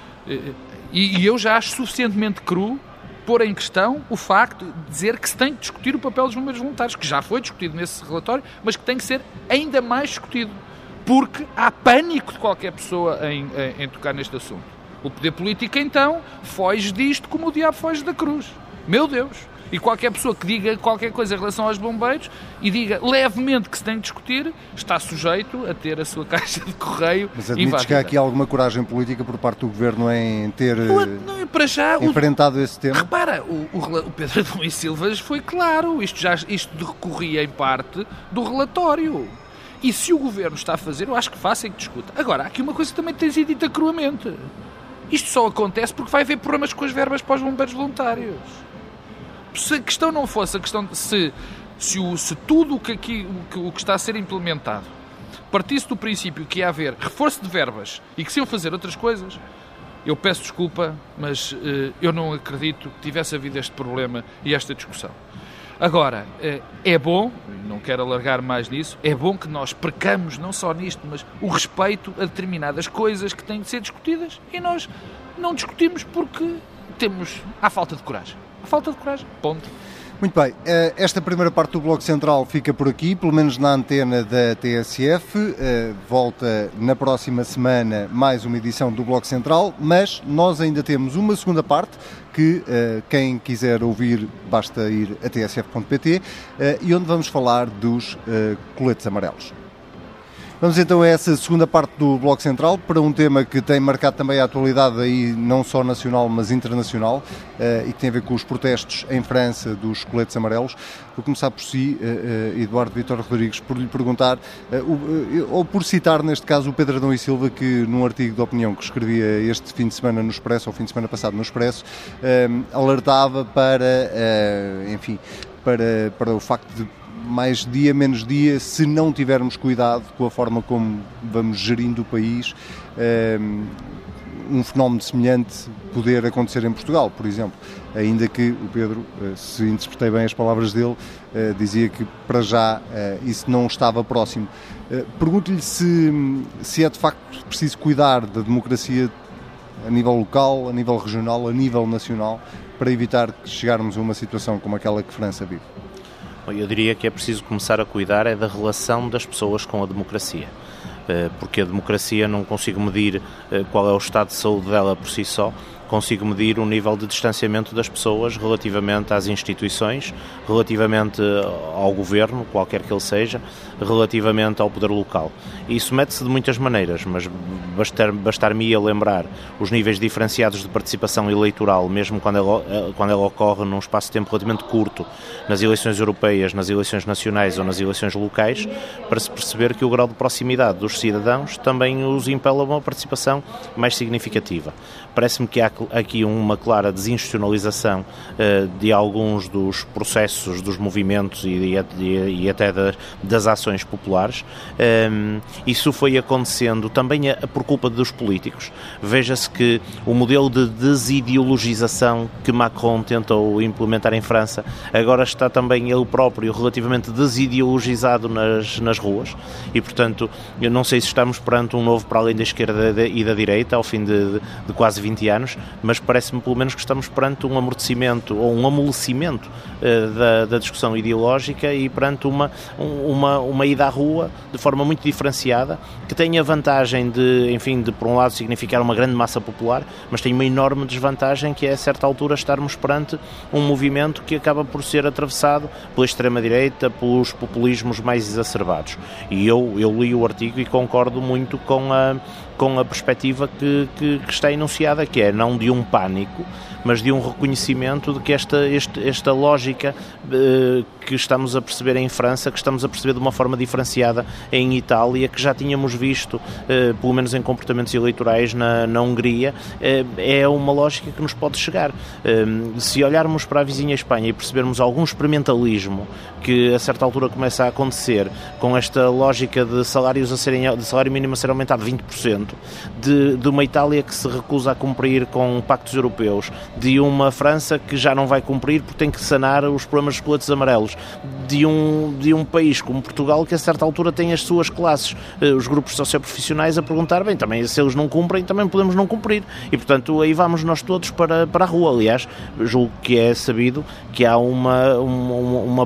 e, e eu já acho suficientemente cru pôr em questão o facto de dizer que se tem que discutir o papel dos bombeiros voluntários, que já foi discutido nesse relatório, mas que tem que ser ainda mais discutido, porque há pânico de qualquer pessoa em, em, em tocar neste assunto. O poder político, então, foge disto como o diabo foge da cruz. Meu Deus! E qualquer pessoa que diga qualquer coisa em relação aos bombeiros e diga levemente que se tem de discutir, está sujeito a ter a sua caixa de correio. Mas admites que há aqui alguma coragem política por parte do Governo em ter não, não, para já, enfrentado o, esse tema? Repara, o, o, o Pedro Adão e Silva foi claro, isto, já, isto decorria em parte do relatório. E se o Governo está a fazer, eu acho que faça e que discuta. Agora, há aqui uma coisa que também tem sido dita cruamente. Isto só acontece porque vai haver problemas com as verbas para os bombeiros voluntários. Se a questão não fosse a questão de se, se, o, se tudo o que, aqui, o, que, o que está a ser implementado partisse do princípio que ia haver reforço de verbas e que se iam fazer outras coisas, eu peço desculpa, mas eh, eu não acredito que tivesse havido este problema e esta discussão. Agora, eh, é bom, não quero alargar mais nisso, é bom que nós percamos não só nisto, mas o respeito a determinadas coisas que têm de ser discutidas e nós não discutimos porque temos há falta de coragem. A falta de coragem, ponto. Muito bem, esta primeira parte do Bloco Central fica por aqui, pelo menos na antena da T S F. Volta na próxima semana mais uma edição do Bloco Central, mas nós ainda temos uma segunda parte que quem quiser ouvir basta ir a t s f ponto p t e onde vamos falar dos coletes amarelos. Vamos então a essa segunda parte do Bloco Central, para um tema que tem marcado também a atualidade aí, não só nacional, mas internacional, uh, e que tem a ver com os protestos em França dos coletes amarelos. Vou começar por si, uh, uh, Eduardo Vítor Rodrigues, por lhe perguntar, uh, uh, ou por citar neste caso o Pedro Adão e Silva, que num artigo de opinião que escrevia este fim de semana no Expresso, ou fim de semana passado no Expresso, uh, alertava para, uh, enfim, para, para o facto de mais dia, menos dia, se não tivermos cuidado com a forma como vamos gerindo o país, um fenómeno semelhante poder acontecer em Portugal, por exemplo. Ainda que o Pedro, se interpretei bem as palavras dele, dizia que para já isso não estava próximo. Pergunto-lhe se, se é de facto preciso cuidar da democracia a nível local, a nível regional, a nível nacional, para evitar que chegarmos a uma situação como aquela que a França vive. Eu diria que é preciso começar a cuidar é da relação das pessoas com a democracia, porque a democracia não consigo medir qual é o estado de saúde dela por si só, consigo medir o nível de distanciamento das pessoas relativamente às instituições, relativamente ao governo, qualquer que ele seja, relativamente ao poder local. E isso mede-se de muitas maneiras, mas bastar, bastar-me-ia lembrar os níveis diferenciados de participação eleitoral, mesmo quando ela, quando ela ocorre num espaço de tempo relativamente curto, nas eleições europeias, nas eleições nacionais ou nas eleições locais, para se perceber que o grau de proximidade dos cidadãos também os impele a uma participação mais significativa. Parece-me que há aqui uma clara desinstitucionalização uh, de alguns dos processos, dos movimentos e, e, e até da, das ações populares. Um, isso foi acontecendo também a, a, por culpa dos políticos. Veja-se que o modelo de desideologização que Macron tentou implementar em França agora está também ele próprio relativamente desideologizado nas, nas ruas e, portanto, eu não sei se estamos perante um novo para além da esquerda e da direita ao fim de, de, de quase vinte anos, mas parece-me pelo menos que estamos perante um amortecimento ou um amolecimento uh, da, da discussão ideológica e perante uma, uma, uma ida à rua de forma muito diferenciada, que tem a vantagem de, enfim, de por um lado significar uma grande massa popular, mas tem uma enorme desvantagem que é a certa altura estarmos perante um movimento que acaba por ser atravessado pela extrema-direita, pelos populismos mais exacerbados. E eu, eu li o artigo e concordo muito com a com a perspectiva que, que, que está enunciada, que é não de um pânico, mas de um reconhecimento de que esta, este, esta lógica eh, que estamos a perceber em França, que estamos a perceber de uma forma diferenciada em Itália, que já tínhamos visto, eh, pelo menos em comportamentos eleitorais na, na Hungria, eh, é uma lógica que nos pode chegar. Eh, se olharmos para a vizinha Espanha e percebermos algum experimentalismo que a certa altura começa a acontecer com esta lógica de salários a serem, de salário mínimo a ser aumentado vinte por cento, de, de uma Itália que se recusa a cumprir com pactos europeus, de uma França que já não vai cumprir porque tem que sanar os problemas dos coletes amarelos, de um, de um país como Portugal que a certa altura tem as suas classes, os grupos socioprofissionais a perguntar, bem, também se eles não cumprem, também podemos não cumprir, e portanto aí vamos nós todos para, para a rua. Aliás, julgo que é sabido que há uma, uma, uma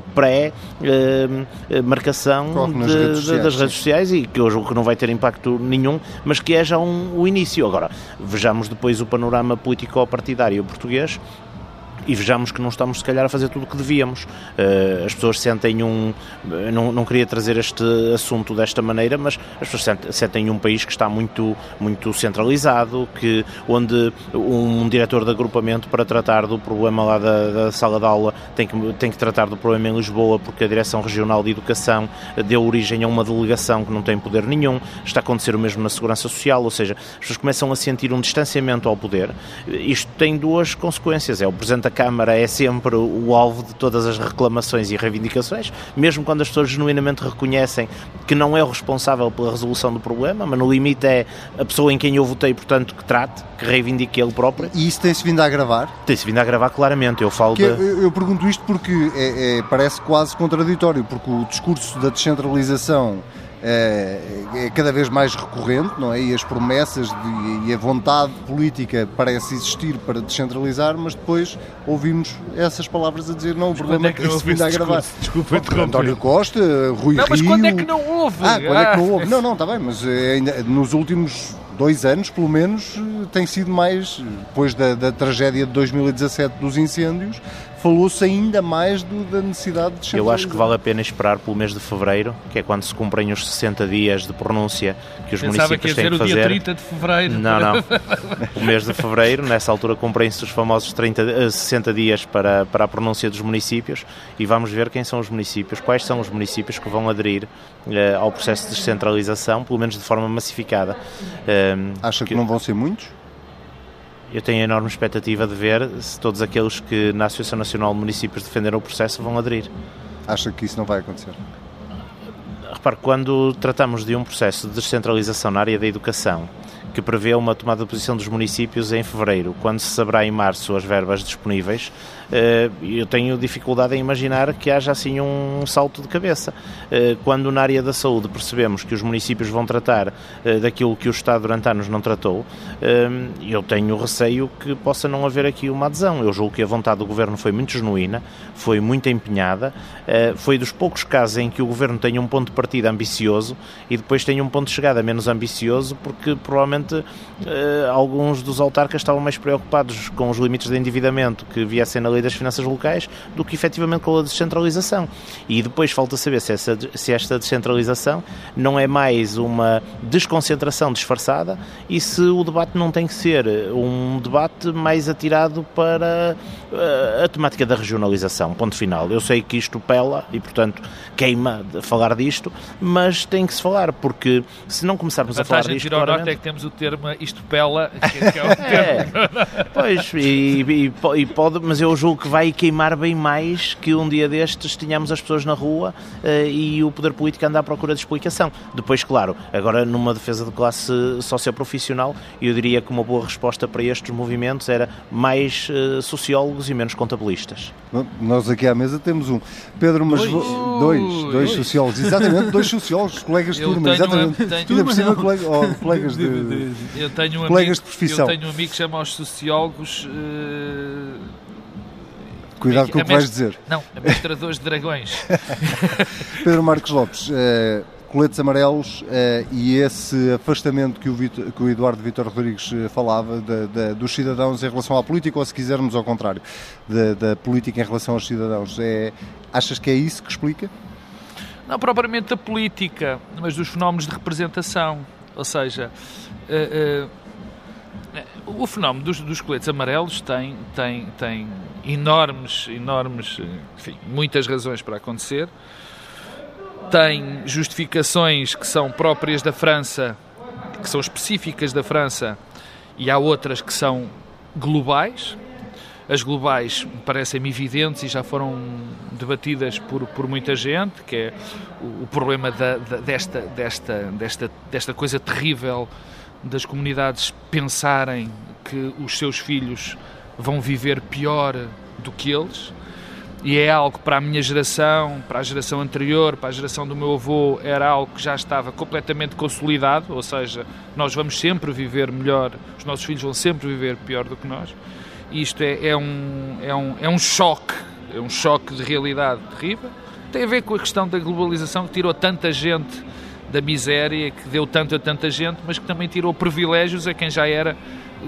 pré-marcação eh, das redes sociais e que eu julgo que não vai ter impacto nenhum, mas que é já um, o início. Agora, vejamos depois o panorama político-partidário português e vejamos que não estamos, se calhar, a fazer tudo o que devíamos. Uh, as pessoas sentem um... Não, não queria trazer este assunto desta maneira, mas as pessoas sentem, sentem um país que está muito, muito centralizado, que, onde um diretor de agrupamento, para tratar do problema lá da, da sala de aula, tem que, tem que tratar do problema em Lisboa, porque a Direção Regional de Educação deu origem a uma delegação que não tem poder nenhum. Está a acontecer o mesmo na Segurança Social, ou seja, as pessoas começam a sentir um distanciamento ao poder. Isto tem duas consequências. É o Presidente da Câmara é sempre o alvo de todas as reclamações e reivindicações, mesmo quando as pessoas genuinamente reconhecem que não é o responsável pela resolução do problema, mas no limite é a pessoa em quem eu votei, portanto, que trate, que reivindique ele próprio. E isso tem-se vindo a agravar? Tem-se vindo a agravar claramente. Eu falo de... eu, eu pergunto isto porque é, é, parece quase contraditório, porque o discurso da descentralização é, é cada vez mais recorrente, não é? E as promessas de, e a vontade política parece existir para descentralizar, mas depois ouvimos essas palavras a dizer não, o problema é que isso vindo a agravar. Desculpa interromper. António Costa, Rui Não, mas Rio... quando é que não houve? Ah, quando é que não houve? Não, não, está bem, mas ainda, nos últimos dois anos, pelo menos, tem sido mais, depois da, da tragédia de dois mil e dezassete dos incêndios, falou-se ainda mais do, da necessidade de... Eu acho que vale a pena esperar pelo mês de fevereiro, que é quando se cumprem os sessenta dias de pronúncia que os Pensava municípios que ia têm que ser fazer. O dia trinta de fevereiro. Não, não. O mês de fevereiro, nessa altura cumprem-se os famosos trinta, sessenta dias para, para a pronúncia dos municípios e vamos ver quem são os municípios, quais são os municípios que vão aderir eh, ao processo de descentralização, pelo menos de forma massificada. Eh, Acha que, que não vão ser muitos? Eu tenho a enorme expectativa de ver se todos aqueles que na Associação Nacional de Municípios defenderam o processo vão aderir. Acha que isso não vai acontecer? Repare, quando tratamos de um processo de descentralização na área da educação, que prevê uma tomada de posição dos municípios em fevereiro, quando se saberá em março as verbas disponíveis, eu tenho dificuldade em imaginar que haja assim um salto de cabeça. Quando na área da saúde percebemos que os municípios vão tratar daquilo que o Estado durante anos não tratou, eu tenho receio que possa não haver aqui uma adesão. Eu julgo que a vontade do Governo foi muito genuína, foi muito empenhada, foi dos poucos casos em que o Governo tem um ponto de partida ambicioso e depois tem um ponto de chegada menos ambicioso, porque provavelmente alguns dos autarcas estavam mais preocupados com os limites de endividamento que viessem na lei das finanças locais do que efetivamente com a descentralização. E depois falta saber se, essa, se esta descentralização não é mais uma desconcentração disfarçada e se o debate não tem que ser um debate mais atirado para a, a temática da regionalização, ponto final. Eu sei que isto pela e, portanto, queima de falar disto, mas tem que se falar, porque se não começarmos a, a falar disto... A vantagem de é que temos o termo isto pela, que, que é o termo. É, pois, e, e, e pode, mas eu julgo que vai queimar bem mais que um dia destes tínhamos as pessoas na rua uh, e o poder político anda à procura de explicação. Depois, claro, agora numa defesa de classe socioprofissional, eu diria que uma boa resposta para estes movimentos era mais uh, sociólogos e menos contabilistas. Nós aqui à mesa temos um. Pedro, mas... Dois. Vo... Dois, dois, dois sociólogos, exatamente, dois sociólogos, colegas de eu turma, exatamente. Um, tenho... Ainda por cima, colega, oh, colegas de, eu tenho um colegas amigo, de profissão. Eu tenho um amigo que chama aos sociólogos... Uh... Cuidado com o que vais dizer. Não, amestradores de dragões. Pedro Marcos Lopes, uh, coletes amarelos uh, e esse afastamento que o, Vitor, que o Eduardo Vítor Rodrigues falava de, de, dos cidadãos em relação à política, ou se quisermos ao contrário, de, da política em relação aos cidadãos, é, achas que é isso que explica? Não propriamente da política, mas dos fenómenos de representação. Ou seja, uh, uh, o fenómeno dos, dos coletes amarelos tem, tem, tem enormes, enormes, enfim, muitas razões para acontecer. Tem justificações que são próprias da França, que são específicas da França, e há outras que são globais. As globais parecem-me evidentes e já foram debatidas por, por muita gente, que é o, o problema da, da, desta, desta, desta, desta coisa terrível das comunidades pensarem que os seus filhos vão viver pior do que eles. E é algo para a minha geração, para a geração anterior, para a geração do meu avô, era algo que já estava completamente consolidado, ou seja, nós vamos sempre viver melhor, os nossos filhos vão sempre viver pior do que nós. E isto é, é, um, é, um, é um choque, é um choque de realidade terrível. Tem a ver com a questão da globalização, que tirou tanta gente da miséria, que deu tanto a tanta gente, mas que também tirou privilégios a quem já era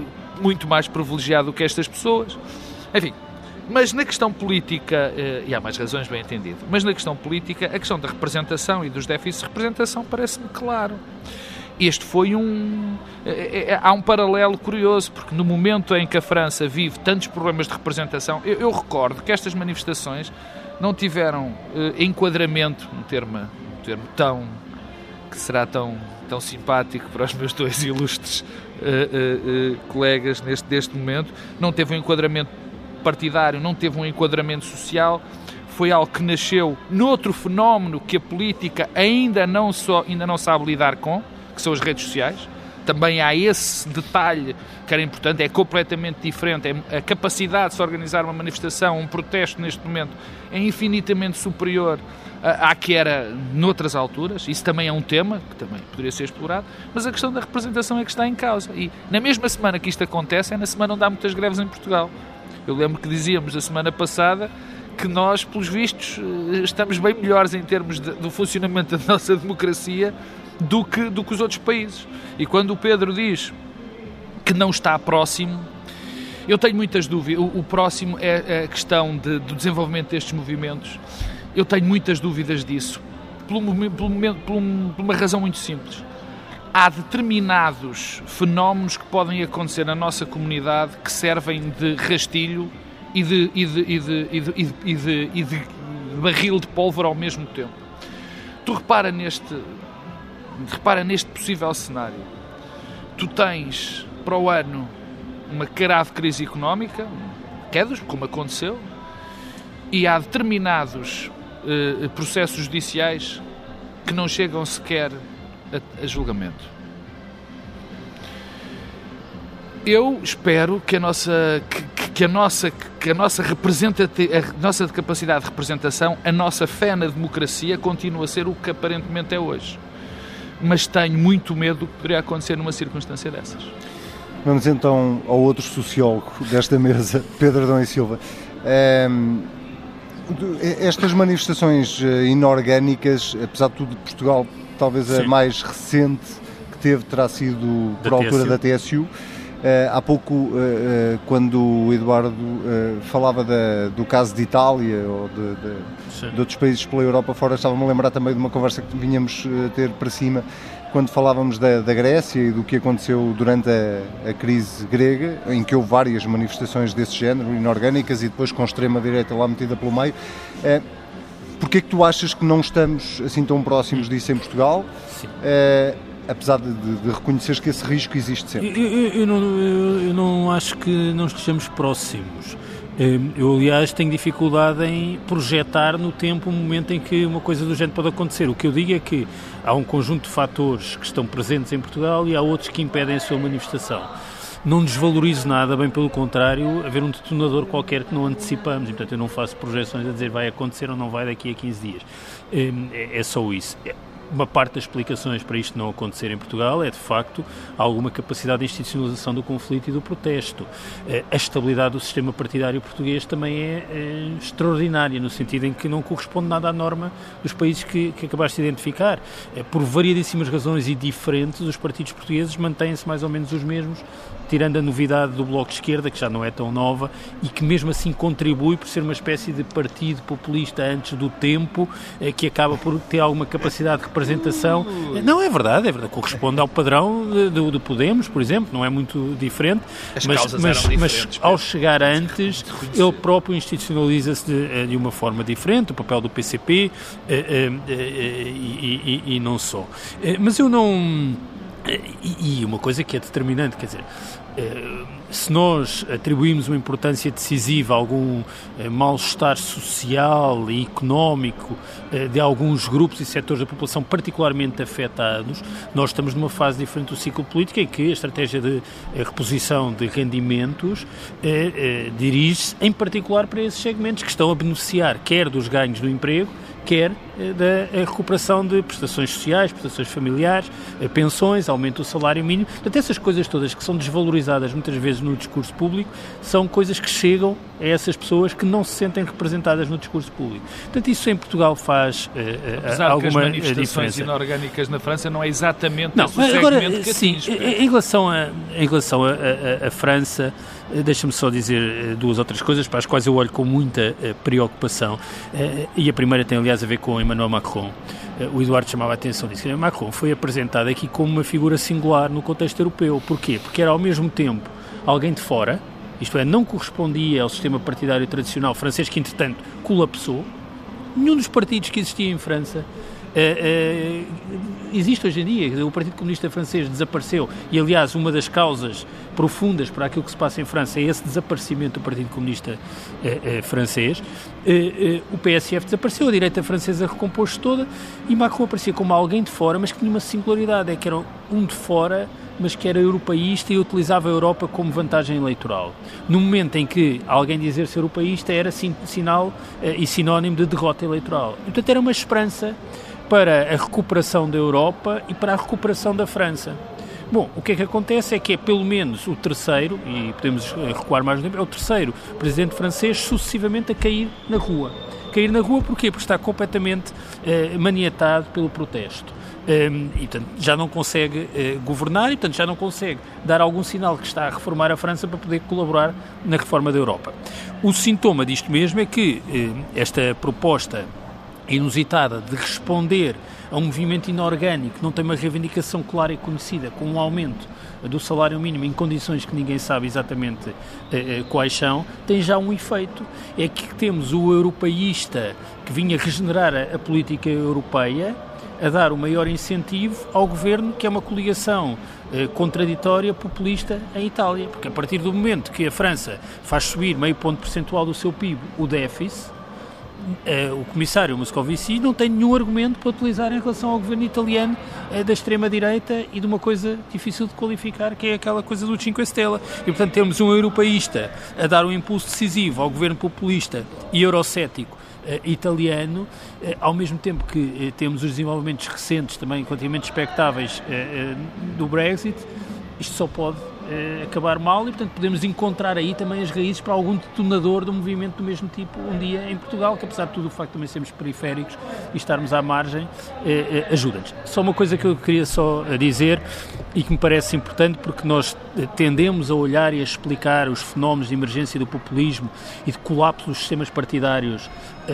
muito mais privilegiado do que estas pessoas. Enfim, mas na questão política, e há mais razões, bem entendido, mas na questão política, a questão da representação e dos déficits de representação parece-me claro. Este foi um... É, é, há um paralelo curioso, porque no momento em que a França vive tantos problemas de representação, eu, eu recordo que estas manifestações não tiveram eh, enquadramento, um termo, um termo tão... que será tão, tão simpático para os meus dois ilustres eh, eh, eh, colegas neste, neste momento, não teve um enquadramento partidário, não teve um enquadramento social, foi algo que nasceu noutro fenómeno que a política ainda não, só, ainda não sabe lidar com, que são as redes sociais. Também há esse detalhe que era importante, é completamente diferente, é a capacidade de se organizar uma manifestação, um protesto neste momento, é infinitamente superior à que era noutras alturas. Isso também é um tema que também poderia ser explorado, mas a questão da representação é que está em causa. E na mesma semana que isto acontece, é na semana onde há muitas greves em Portugal. Eu lembro que dizíamos a semana passada que nós, pelos vistos, estamos bem melhores em termos de, do funcionamento da nossa democracia do que, do que os outros países. E quando o Pedro diz que não está próximo, Eu tenho muitas dúvidas. O, o próximo é a questão de, do desenvolvimento destes movimentos. Eu tenho muitas dúvidas disso, por, por, por, por uma razão muito simples. Há determinados fenómenos que podem acontecer na nossa comunidade que servem de rastilho e de, e de, e de, e de, e de, e de, e de barril de pólvora ao mesmo tempo. Tu repara neste, repara neste possível cenário. Tu tens para o ano uma grave crise económica, quedas, como aconteceu, e há determinados eh, processos judiciais que não chegam sequer a, a julgamento. Eu espero que a nossa, que, que a nossa, que a nossa, a nossa capacidade de representação, a nossa fé na democracia continue a ser o que aparentemente é hoje. Mas tenho muito medo do que poderia acontecer numa circunstância dessas. Vamos então ao outro sociólogo desta mesa, Pedro Adão e Silva. Um, estas manifestações inorgânicas, apesar de tudo, Portugal talvez a Sim. mais recente que teve terá sido por da altura T S U. Da T S U. Uh, há pouco, uh, uh, quando o Eduardo uh, falava da, do caso de Itália ou de, de, de outros países pela Europa fora, estava-me a lembrar também de uma conversa que vinhamos a ter para cima, quando falávamos da, da Grécia e do que aconteceu durante a, a crise grega, em que houve várias manifestações desse género, inorgânicas, e depois com extrema-direita lá metida pelo meio. Uh, Porquê é que tu achas que não estamos assim tão próximos disso em Portugal? Sim. Uh, apesar de, de, de reconheceres que esse risco existe sempre. Eu, eu, eu, não, eu, eu não acho que não estejamos próximos. Eu, aliás, tenho dificuldade em projetar no tempo um momento em que uma coisa do género pode acontecer. O que eu digo é que há um conjunto de fatores que estão presentes em Portugal e há outros que impedem a sua manifestação. Não desvalorizo nada, bem pelo contrário, haver um detonador qualquer que não antecipamos, e portanto eu não faço projeções a dizer vai acontecer ou não vai daqui a quinze dias. É, é só isso. Uma parte das explicações para isto não acontecer em Portugal é, de facto, alguma capacidade de institucionalização do conflito e do protesto. A estabilidade do sistema partidário português também é, é extraordinária, no sentido em que não corresponde nada à norma dos países que, que acabaste de identificar. Por variedíssimas razões e diferentes, os partidos portugueses mantêm-se mais ou menos os mesmos, tirando a novidade do Bloco de Esquerda, que já não é tão nova, e que mesmo assim contribui por ser uma espécie de partido populista antes do tempo, que acaba por ter alguma capacidade de representação. Não, é verdade, é verdade, corresponde ao padrão do, do Podemos, por exemplo, não é muito diferente, As mas, mas, mas ao chegar antes, ele próprio institucionaliza-se de, de uma forma diferente, o papel do P C P e, e, e, e não só. Mas eu não... E uma coisa que é determinante, quer dizer, se nós atribuímos uma importância decisiva a algum mal-estar social e económico de alguns grupos e setores da população particularmente afetados, nós estamos numa fase diferente do ciclo político em que a estratégia de reposição de rendimentos dirige-se em particular para esses segmentos que estão a beneficiar quer dos ganhos do emprego, quer da recuperação de prestações sociais, prestações familiares, pensões, aumento do salário mínimo. Portanto, essas coisas todas que são desvalorizadas muitas vezes no discurso público são coisas que chegam a essas pessoas que não se sentem representadas no discurso público. Portanto, isso em Portugal faz uh, alguma que as manifestações diferença. Inorgânicas na França não é exatamente não, esse agora, segmento que sim, atinge. Em relação a, em relação a, a, a França, deixa-me só dizer duas outras coisas para as quais eu olho com muita uh, preocupação, uh, e a primeira tem aliás a ver com Emmanuel Macron. Uh, o Eduardo chamava a atenção disso. Macron foi apresentado aqui como uma figura singular no contexto europeu. Porquê? Porque era ao mesmo tempo alguém de fora, isto é, não correspondia ao sistema partidário tradicional francês, que entretanto colapsou. Nenhum dos partidos que existia em França Uh, uh, existe hoje em dia. O Partido Comunista Francês desapareceu e, aliás, uma das causas profundas para aquilo que se passa em França é esse desaparecimento do Partido Comunista uh, uh, Francês. Uh, uh, o P S F desapareceu, a direita francesa recompôs-se toda e Macron aparecia como alguém de fora, mas que tinha uma singularidade, é que era um de fora, mas que era europeísta e utilizava a Europa como vantagem eleitoral. No momento em que alguém dizer-se europeísta era sin- sinal uh, e sinónimo de derrota eleitoral. Portanto, era uma esperança para a recuperação da Europa e para a recuperação da França. Bom, o que é que acontece é que é pelo menos o terceiro, e podemos recuar mais no tempo, é o terceiro presidente francês sucessivamente a cair na rua. Cair na rua porquê? Porque está completamente eh, maniatado pelo protesto. Um, e, portanto, já não consegue uh, governar e, portanto, já não consegue dar algum sinal que está a reformar a França para poder colaborar na reforma da Europa. O sintoma disto mesmo é que uh, esta proposta inusitada de responder a um movimento inorgânico que não tem uma reivindicação clara e conhecida, com um aumento do salário mínimo em condições que ninguém sabe exatamente uh, quais são, tem já um efeito. É que temos o europeísta que vinha regenerar a, a política europeia a dar o maior incentivo ao governo, que é uma coligação eh, contraditória, populista em Itália. Porque a partir do momento que a França faz subir meio ponto percentual do seu P I B o déficit, eh, o comissário Moscovici não tem nenhum argumento para utilizar em relação ao governo italiano eh, da extrema-direita e de uma coisa difícil de qualificar, que é aquela coisa do Cinque Stelle. E, portanto, temos um europeísta a dar um impulso decisivo ao governo populista e eurocético italiano, ao mesmo tempo que temos os desenvolvimentos recentes, também continuamente expectáveis, do Brexit. Isto só pode acabar mal e, portanto, podemos encontrar aí também as raízes para algum detonador de um movimento do mesmo tipo um dia em Portugal, que apesar de tudo o facto de também sermos periféricos e estarmos à margem, ajuda-nos. Só uma coisa que eu queria só dizer e que me parece importante, porque nós tendemos a olhar e a explicar os fenómenos de emergência do populismo e de colapso dos sistemas partidários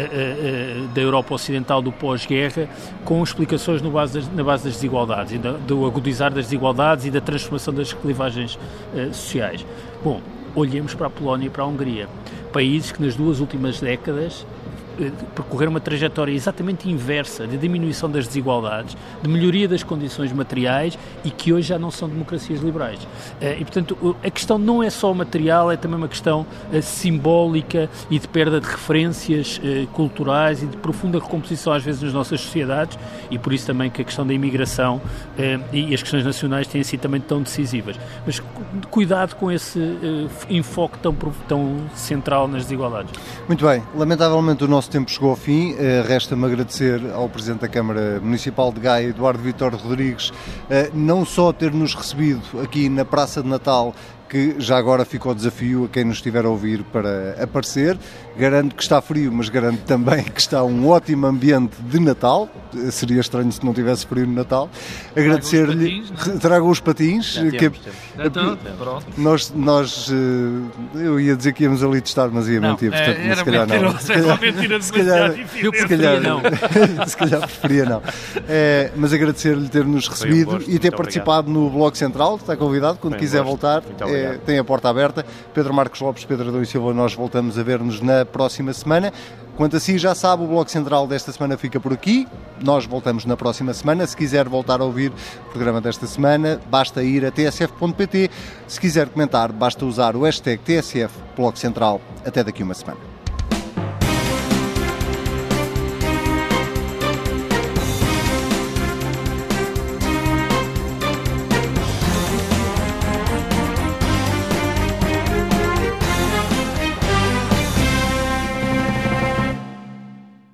da Europa Ocidental do pós-guerra com explicações no base das, na base das desigualdades e do, do agudizar das desigualdades e da transformação das clivagens uh, sociais. Bom, olhemos para a Polónia e para a Hungria, países que nas duas últimas décadas percorrer uma trajetória exatamente inversa de diminuição das desigualdades, de melhoria das condições materiais e que hoje já não são democracias liberais. E, portanto, a questão não é só material, é também uma questão simbólica e de perda de referências culturais e de profunda recomposição às vezes nas nossas sociedades, e por isso também que a questão da imigração e as questões nacionais têm sido também tão decisivas. Mas cuidado com esse enfoque tão, tão central nas desigualdades. Muito bem, lamentavelmente o nosso tempo chegou ao fim. Resta-me agradecer ao Presidente da Câmara Municipal de Gaia, Eduardo Vitor Rodrigues, não só ter-nos recebido aqui na Praça de Natal, que já agora ficou o desafio a quem nos estiver a ouvir para aparecer. Garanto que está frio, mas garanto também que está um ótimo ambiente de Natal. Seria estranho se não tivesse frio no Natal. Agradecer-lhe. Tragam os patins. Já que, temos, então, pronto. Nós, nós, eu ia dizer que íamos ali testar, mas ia mentir, não, portanto, era se calhar não. Era mentira se calhar, difícil. se calhar não. Se calhar preferia não. É, mas agradecer-lhe ter-nos recebido um gosto, e ter participado obrigado. No Blog Central. Está convidado, quando Foi quiser um voltar, é, tem a porta aberta. Pedro Marcos Lopes, Pedro Adão e Silva, nós voltamos a ver-nos na próxima semana. Quanto a si, já sabe, o Bloco Central desta semana fica por aqui. Nós voltamos na próxima semana. Se quiser voltar a ouvir o programa desta semana, basta ir a t s f ponto p t. Se quiser comentar, basta usar o hashtag T S F Bloco Central. Até daqui uma semana.